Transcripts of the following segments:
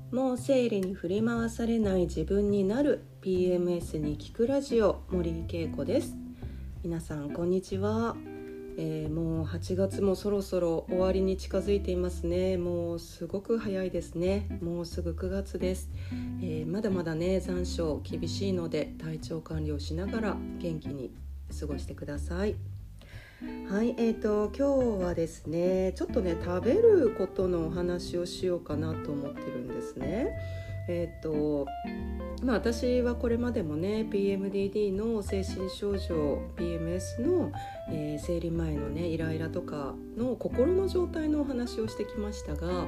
もう生理に振り回されない自分になる PMS に聞くラジオ、森恵子です。皆さんこんにちは。もう8月もそろそろ終わりに近づいていますね。もうすごく早いですね。もうすぐ9月です。まだまだね、残暑厳しいので体調管理をしながら元気に過ごしてください。はい、今日はですね、ちょっとね、食べることのお話をしようかなと思ってるんですね。私はこれまでもね PMDD の精神症状 PMS の、生理前のねイライラとかの心の状態のお話をしてきましたが、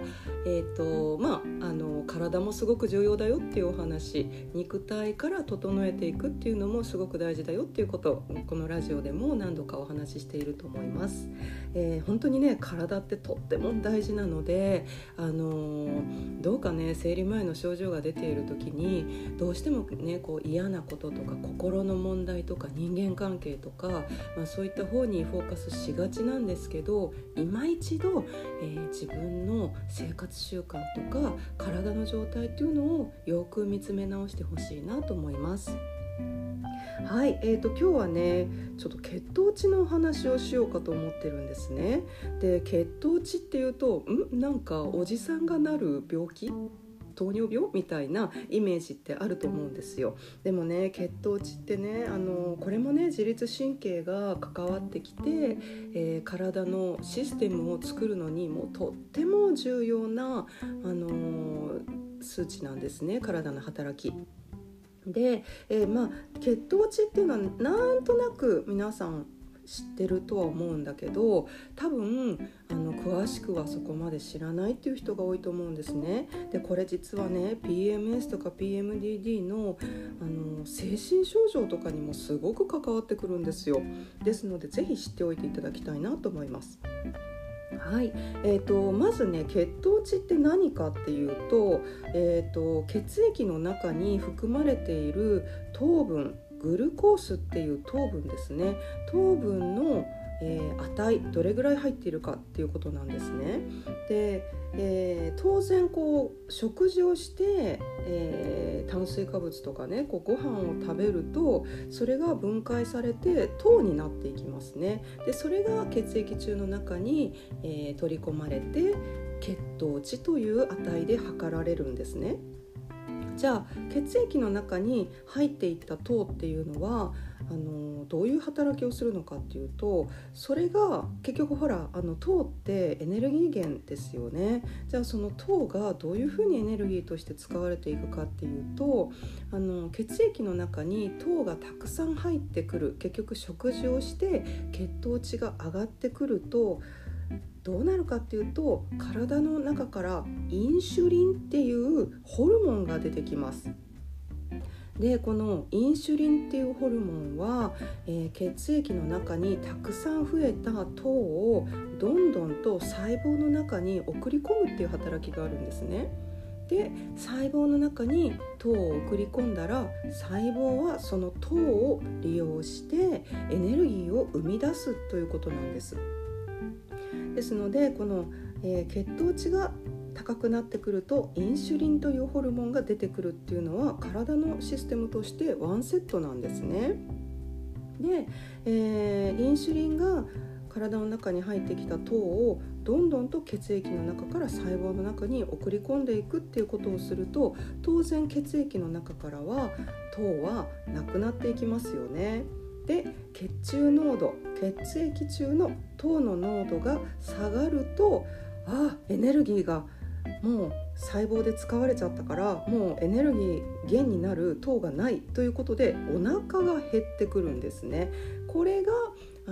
体もすごく重要だよっていうお話、肉体から整えていくっていうのもすごく大事だよっていうことをこのラジオでも何度かお話ししていると思います。本当にね、体ってとっても大事なので、どうかね、生理前の症状が出ている時にどうしてもね、こう嫌なこととか心の問題とか人間関係とか、そういった方にフォーカスしがちなんですけど、今一度、自分の生活習慣とか体の状態っていうのをよく見つめ直してほしいなと思います。はい、今日はねちょっと血糖値のお話をしようかと思ってるんですね。で、血糖値っていうとなんかおじさんがなる病気、糖尿病みたいなイメージってあると思うんですよ。でもね、血糖値ってね、これもね自律神経が関わってきて、体のシステムを作るのにもうとっても重要な、数値なんですね、体の働きで。血糖値っていうのはなんとなく皆さん知ってるとは思うんだけど、多分詳しくはそこまで知らないっていう人が多いと思うんですね。で、これ実はね PMS とか PMDD の、精神症状とかにもすごく関わってくるんですよ。ですのでぜひ知っておいていただきたいなと思います。はい、まずね、血糖値って何かっていうと、血液の中に含まれている糖分、グルコースっていう糖分ですね。糖分の、値、どれぐらい入っているかっていうことなんですね。で、当然こう食事をして、炭水化物とかね、こうご飯を食べるとそれが分解されて糖になっていきますね。で、それが血液中の中に、取り込まれて血糖値という値で測られるんですね。じゃあ血液の中に入っていった糖っていうのはどういう働きをするのかっていうと、それが結局ほら糖ってエネルギー源ですよね。じゃあその糖がどういうふうにエネルギーとして使われていくかっていうと、血液の中に糖がたくさん入ってくる、結局食事をして血糖値が上がってくるとどうなるかっていうと、体の中からインシュリンっていうホルモンが出てきます。で、このインシュリンっていうホルモンは、血液の中にたくさん増えた糖をどんどんと細胞の中に送り込むっていう働きがあるんですね。で、細胞の中に糖を送り込んだら、細胞はその糖を利用してエネルギーを生み出すということなんです。ですのでこの、血糖値が高くなってくるとインシュリンというホルモンが出てくるっていうのは体のシステムとしてワンセットなんですね。で、インシュリンが体の中に入ってきた糖をどんどんと血液の中から細胞の中に送り込んでいくっていうことをすると、当然血液の中からは糖はなくなっていきますよね。で、血中濃度、血液中の糖の濃度が下がると、エネルギーがもう細胞で使われちゃったから、もうエネルギー源になる糖がないということでお腹が減ってくるんですね。これが、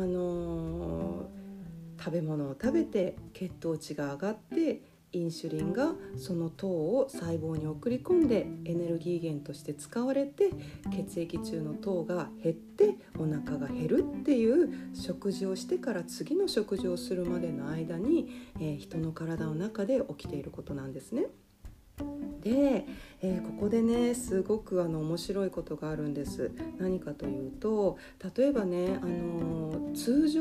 食べ物を食べて血糖値が上がってインシュリンがその糖を細胞に送り込んでエネルギー源として使われて、血液中の糖が減ってお腹が減るっていう食事をしてから次の食事をするまでの間に、人の体の中で起きていることなんですね。で、ここでねすごく面白いことがあるんです。何かというと、例えばね通常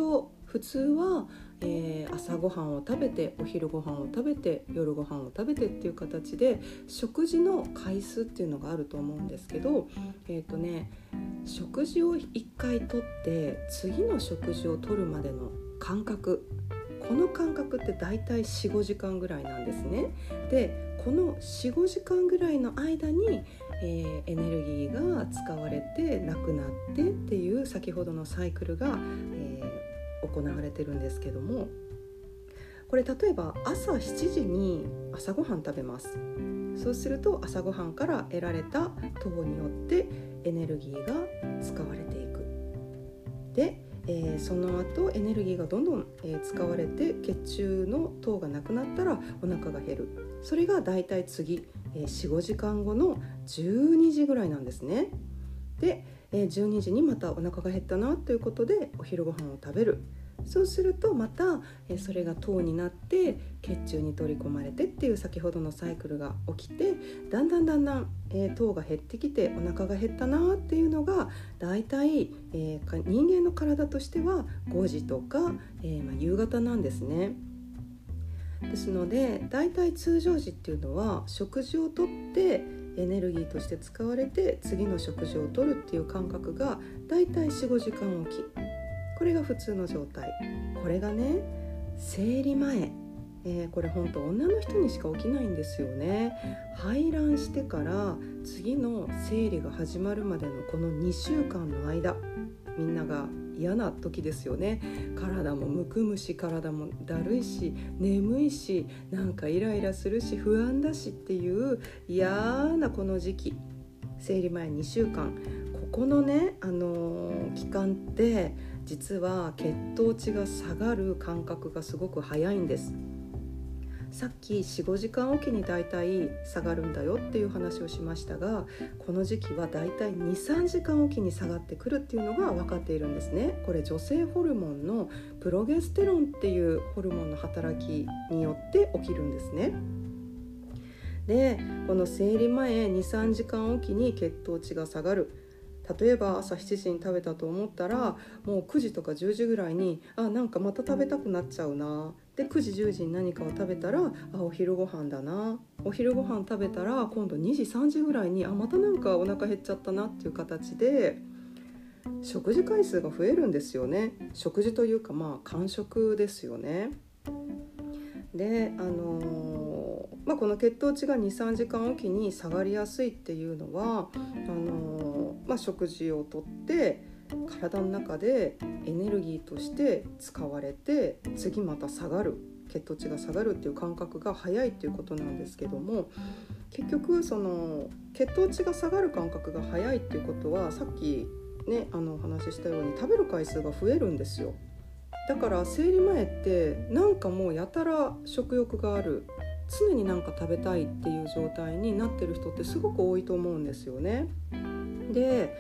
普通は、朝ごはんを食べて、お昼ごはんを食べて、夜ごはんを食べてっていう形で食事の回数っていうのがあると思うんですけど、食事を1回とって次の食事をとるまでの間隔、この間隔ってだいたい 4,5 時間ぐらいなんですね。でこの 4,5 時間ぐらいの間に、エネルギーが使われてなくなってっていう先ほどのサイクルが、行われてるんですけども、これ例えば朝7時に朝ごはん食べます。そうすると朝ごはんから得られた糖によってエネルギーが使われていく。でその後エネルギーがどんどん、使われて血中の糖がなくなったらお腹が減る。それがだいたい次、4,5 時間後の12時ぐらいなんですね。で、12時にまたお腹が減ったなということでお昼ご飯を食べる。そうするとまた、それが糖になって血中に取り込まれてっていう先ほどのサイクルが起きて、だんだん、糖が減ってきてお腹が減ったなっていうのがだいたい、人間の体としては5時とか、夕方なんですね。ですのでだいたい通常時っていうのは食事をとってエネルギーとして使われて次の食事をとるっていう感覚がだいたい 4,5 時間おき、これが普通の状態。これがね生理前、これ本当女の人にしか起きないんですよね。排卵してから次の生理が始まるまでのこの2週間の間、みんなが嫌な時ですよね。体もむくむし、体もだるいし、眠いし、なんかイライラするし、不安だしっていう嫌なこの時期、生理前2週間、ここのね、期間って実は血糖値が下がる感覚がすごく早いんです。さっき 4,5 時間おきにだいたい下がるんだよっていう話をしましたが、この時期はだいたい 2,3 時間おきに下がってくるっていうのが分かっているんですね。これ女性ホルモンのプロゲステロンっていうホルモンの働きによって起きるんですね。でこの生理前 2,3 時間おきに血糖値が下がる。例えば朝7時に食べたと思ったらもう9時とか10時ぐらいになんかまた食べたくなっちゃうな。で9時10時に何かを食べたらお昼ご飯だな。お昼ご飯食べたら今度2時3時ぐらいにまたなんかお腹減っちゃったなっていう形で食事回数が増えるんですよね。食事というか間食ですよね。でこの血糖値が 2,3 時間おきに下がりやすいっていうのは食事をとって体の中でエネルギーとして使われて次また下がる、血糖値が下がるっていう感覚が早いっていうことなんですけども、結局その血糖値が下がる感覚が早いっていうことはさっきねお話ししたように食べる回数が増えるんですよ。だから生理前ってなんかもうやたら食欲がある、常になんか食べたいっていう状態になってる人ってすごく多いと思うんですよね。で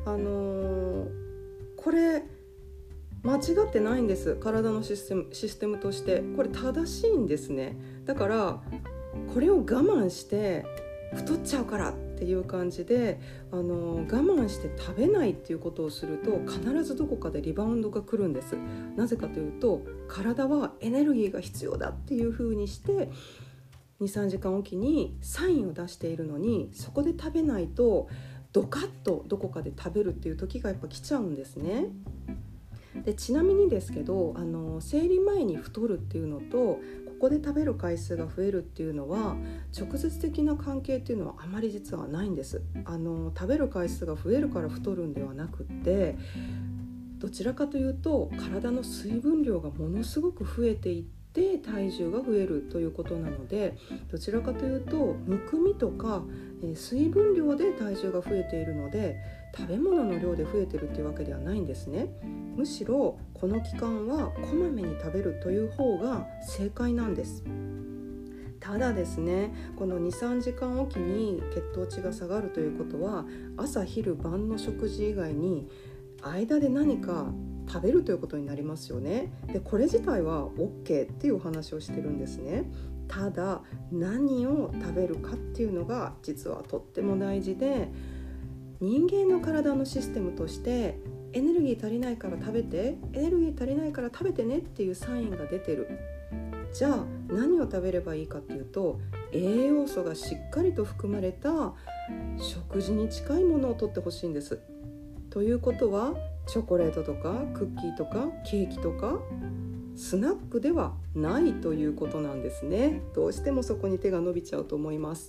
これ間違ってないんです。体のシステムとしてこれ正しいんですね。だからこれを我慢して太っちゃうからっていう感じで我慢して食べないっていうことをすると必ずどこかでリバウンドが来るんです。なぜかというと体はエネルギーが必要だっていう風にして2、3時間おきにサインを出しているのに、そこで食べないとドカッとどこかで食べるっていう時がやっぱ来ちゃうんですね。でちなみにですけど生理前に太るっていうのとここで食べる回数が増えるっていうのは直接的な関係っていうのはあまり実はないんです。食べる回数が増えるから太るんではなくって、どちらかというと体の水分量がものすごく増えていって体重が増えるということなので、どちらかというとむくみとか水分量で体重が増えているので食べ物の量で増えてるっていうわけではないんですね。むしろこの期間はこまめに食べるという方が正解なんです。ただですね、この 2,3 時間おきに血糖値が下がるということは朝昼晩の食事以外に間で何か食べるということになりますよね。でこれ自体は OK っていうお話をしてるんですね。ただ何を食べるかっていうのが実はとっても大事で、人間の体のシステムとしてエネルギー足りないから食べて、エネルギー足りないから食べてねっていうサインが出てる。じゃあ何を食べればいいかっていうと、栄養素がしっかりと含まれた食事に近いものをとってほしいんです。ということは、チョコレートとかクッキーとかケーキとかスナックではないということなんですね。どうしてもそこに手が伸びちゃうと思います。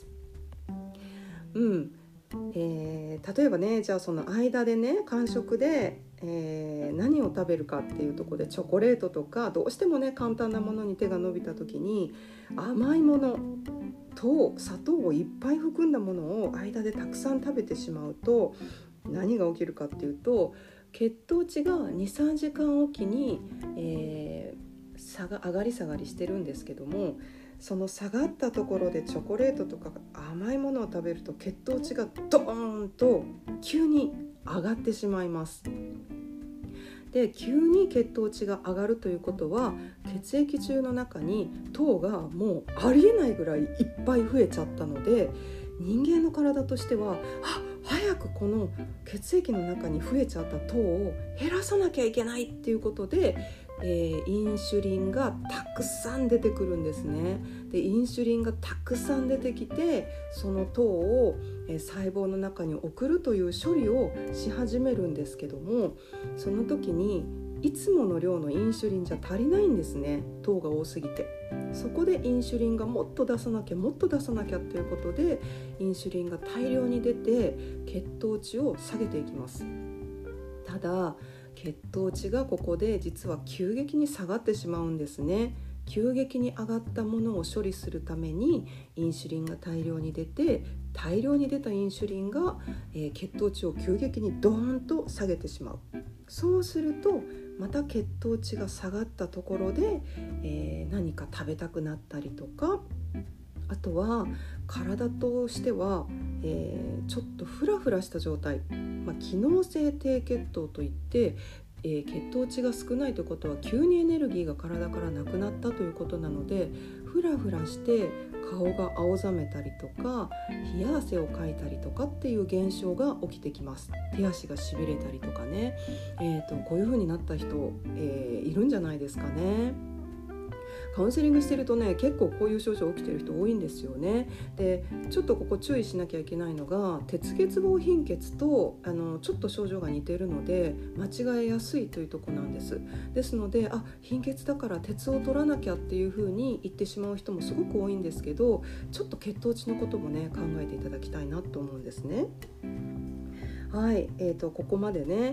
例えばね、じゃあその間でね、間食で、何を食べるかっていうところで、チョコレートとかどうしてもね簡単なものに手が伸びた時に、甘いものと砂糖をいっぱい含んだものを間でたくさん食べてしまうと、何が起きるかっていうと、血糖値が 2,3 時間おきに、上がり下がりしてるんですけども、その下がったところでチョコレートとか甘いものを食べると、血糖値がドーンと急に上がってしまいます。で、急に血糖値が上がるということは、血液中の中に糖がもうありえないぐらいいっぱい増えちゃったので、人間の体としては早くこの血液の中に増えちゃった糖を減らさなきゃいけないっていうことで、インシュリンがたくさん出てくるんですね。で、インシュリンがたくさん出てきて、その糖を、細胞の中に送るという処理をし始めるんですけども、その時にいつもの量のインシュリンじゃ足りないんですね。糖が多すぎて。そこでインシュリンがもっと出さなきゃもっと出さなきゃということで、インシュリンが大量に出て血糖値を下げていきます。ただ血糖値がここで実は急激に下がってしまうんですね。急激に上がったものを処理するためにインシュリンが大量に出て、大量に出たインシュリンが、血糖値を急激にドーンと下げてしまう。そうするとまた血糖値が下がったところで、何か食べたくなったりとか、あとは体としては、ちょっとフラフラした状態、機能性低血糖といって、血糖値が少ないということは急にエネルギーが体からなくなったということなので、フラフラして顔が青ざめたりとか、冷や汗をかいたりとかっていう現象が起きてきます。手足がしびれたりとかね、こういう風になった人、いるんじゃないですかね。カウンセリングしてるとね、結構こういう症状起きてる人多いんですよね。で、ちょっとここ注意しなきゃいけないのが、鉄欠乏貧血とちょっと症状が似ているので間違えやすいというところなんです。ですので、貧血だから鉄を取らなきゃっていう風に言ってしまう人もすごく多いんですけど、ちょっと血糖値のこともね考えていただきたいなと思うんですね。はい、ここまでね、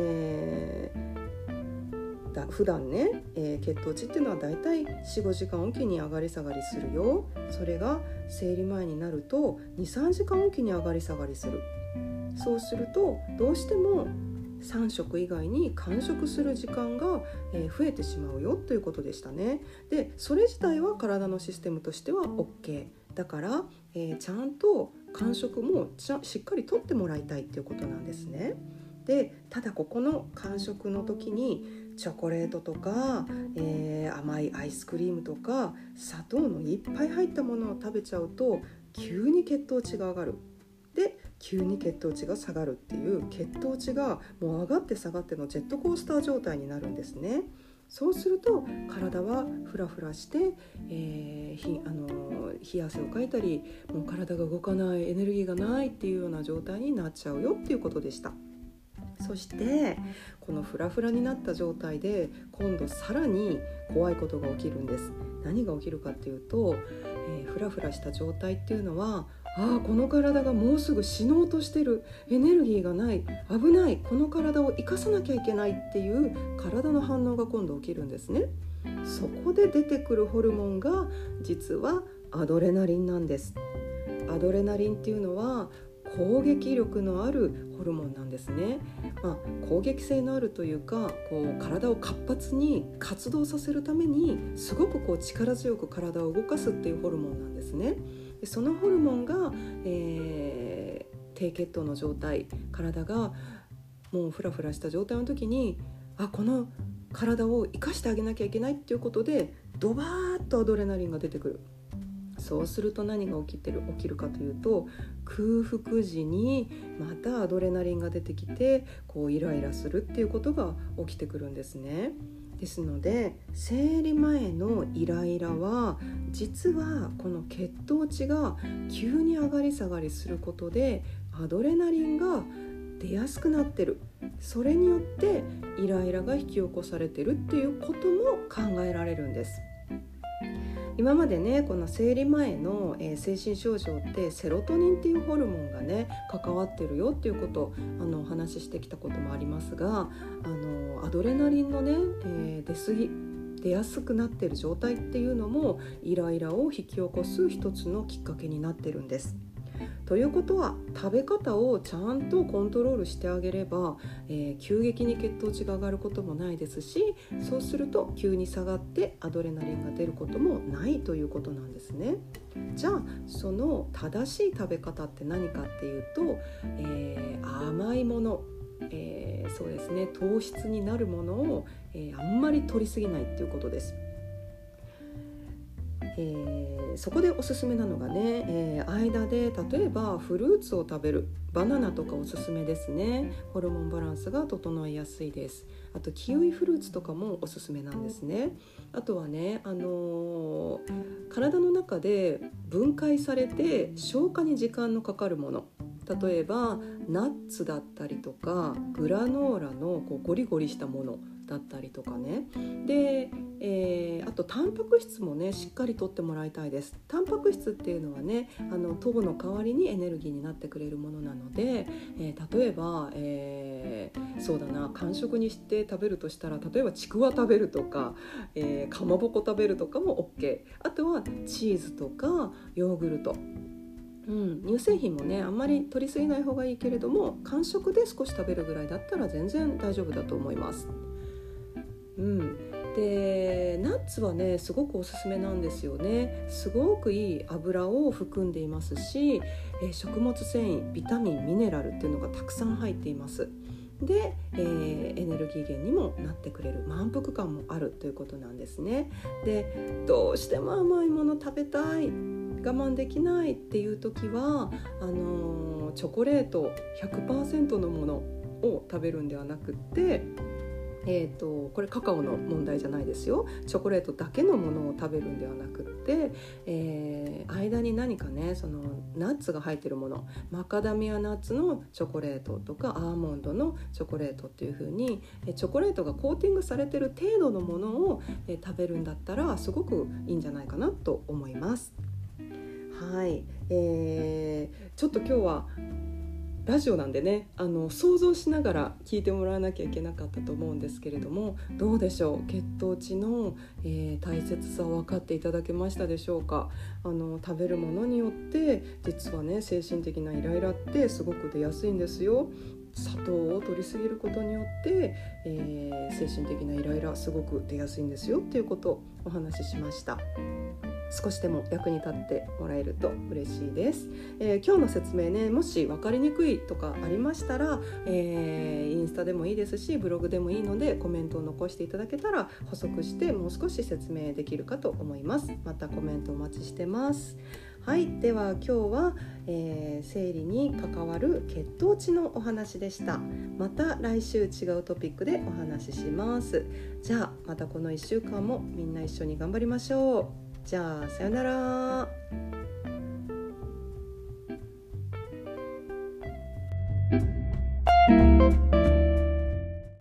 普段ね、血糖値っていうのはだいたい 4,5 時間おきに上がり下がりするよ。それが生理前になると 2,3 時間おきに上がり下がりする。そうするとどうしても3食以外に間食する時間が増えてしまうよということでしたね。で、それ自体は体のシステムとしては OK だから、ちゃんと間食もしっかりとってもらいたいっていうことなんですね。で、ただここの間食の時にチョコレートとか、甘いアイスクリームとか砂糖のいっぱい入ったものを食べちゃうと、急に血糖値が上がる。で、急に血糖値が下がるっていう、血糖値がもう上がって下がってのジェットコースター状態になるんですね。そうすると体はフラフラして、冷や汗をかいたり、もう体が動かない、エネルギーがないっていうような状態になっちゃうよっていうことでした。そしてこのフラフラになった状態で今度さらに怖いことが起きるんです。何が起きるかっていうと、フラフラした状態っていうのは、この体がもうすぐ死のうとしてる、エネルギーがない、危ない、この体を生かさなきゃいけないっていう体の反応が今度起きるんですね。そこで出てくるホルモンが実はアドレナリンなんです。アドレナリンっていうのは攻撃力のあるホルモンなんですね。攻撃性のあるというか、体を活発に活動させるためにすごく力強く体を動かすっていうホルモンなんですね。で、そのホルモンが、低血糖の状態、体がもうフラフラした状態の時に、この体を生かしてあげなきゃいけないっていうことでドバーッとアドレナリンが出てくる。 そうすると何が起きるかというと、空腹時にまたアドレナリンが出てきてイライラするっていうことが起きてくるんですね。ですので生理前のイライラは実はこの血糖値が急に上がり下がりすることでアドレナリンが出やすくなってる、それによってイライラが引き起こされてるっていうことも考えられるんです。今までねこの生理前の、精神症状ってセロトニンっていうホルモンがね関わってるよっていうことをお話ししてきたこともありますが、アドレナリンのね、出やすくなってる状態っていうのもイライラを引き起こす一つのきっかけになってるんです。ということは食べ方をちゃんとコントロールしてあげれば、急激に血糖値が上がることもないですし、そうすると急に下がってアドレナリンが出ることもないということなんですね。じゃあその正しい食べ方って何かっていうと、甘いもの、そうですね、糖質になるものを、あんまり摂りすぎないっていうことです。そこでおすすめなのがね、間で例えばフルーツを食べる、バナナとかおすすめですね。ホルモンバランスが整いやすいです。あとキウイフルーツとかもおすすめなんですね。あとはね、体の中で分解されて消化に時間のかかるもの、例えばナッツだったりとかグラノーラのゴリゴリしたものだったりとかね。で、あとタンパク質もねしっかりとってもらいたいです。タンパク質っていうのはね糖の代わりにエネルギーになってくれるものなので、例えば、そうだな、間食にして食べるとしたら、例えばちくわ食べるとか、かまぼこ食べるとかも OK。 あとはチーズとかヨーグルト、乳製品もねあんまり取りすぎない方がいいけれども、間食で少し食べるぐらいだったら全然大丈夫だと思います。でナッツはねすごくおすすめなんですよね。すごくいい油を含んでいますし、食物繊維、ビタミン、ミネラルっていうのがたくさん入っています。で、エネルギー源にもなってくれる、満腹感もあるということなんですね。でどうしても甘いもの食べたい、我慢できないっていう時はチョコレート 100% のものを食べるんではなくって、これカカオの問題じゃないですよ。チョコレートだけのものを食べるんではなくって、間に何かねそのナッツが入っているもの、マカダミアナッツのチョコレートとかアーモンドのチョコレートっていう風にチョコレートがコーティングされている程度のものを食べるんだったらすごくいいんじゃないかなと思います。はい、ちょっと今日はラジオなんでね想像しながら聞いてもらわなきゃいけなかったと思うんですけれども、どうでしょう、血糖値の、大切さを分かっていただけましたでしょうか。食べるものによって実はね精神的なイライラってすごく出やすいんですよ。砂糖を摂りすぎることによって、精神的なイライラすごく出やすいんですよっていうことをお話ししました。少しでも役に立ってもらえると嬉しいです。今日の説明ね、もし分かりにくいとかありましたら、インスタでもいいですしブログでもいいのでコメントを残していただけたら補足してもう少し説明できるかと思います。またコメントお待ちしてます。はい、では今日は、生理に関わる血糖値のお話でした。また来週違うトピックでお話しします。じゃあまたこの1週間もみんな一緒に頑張りましょう。じゃあさよなら。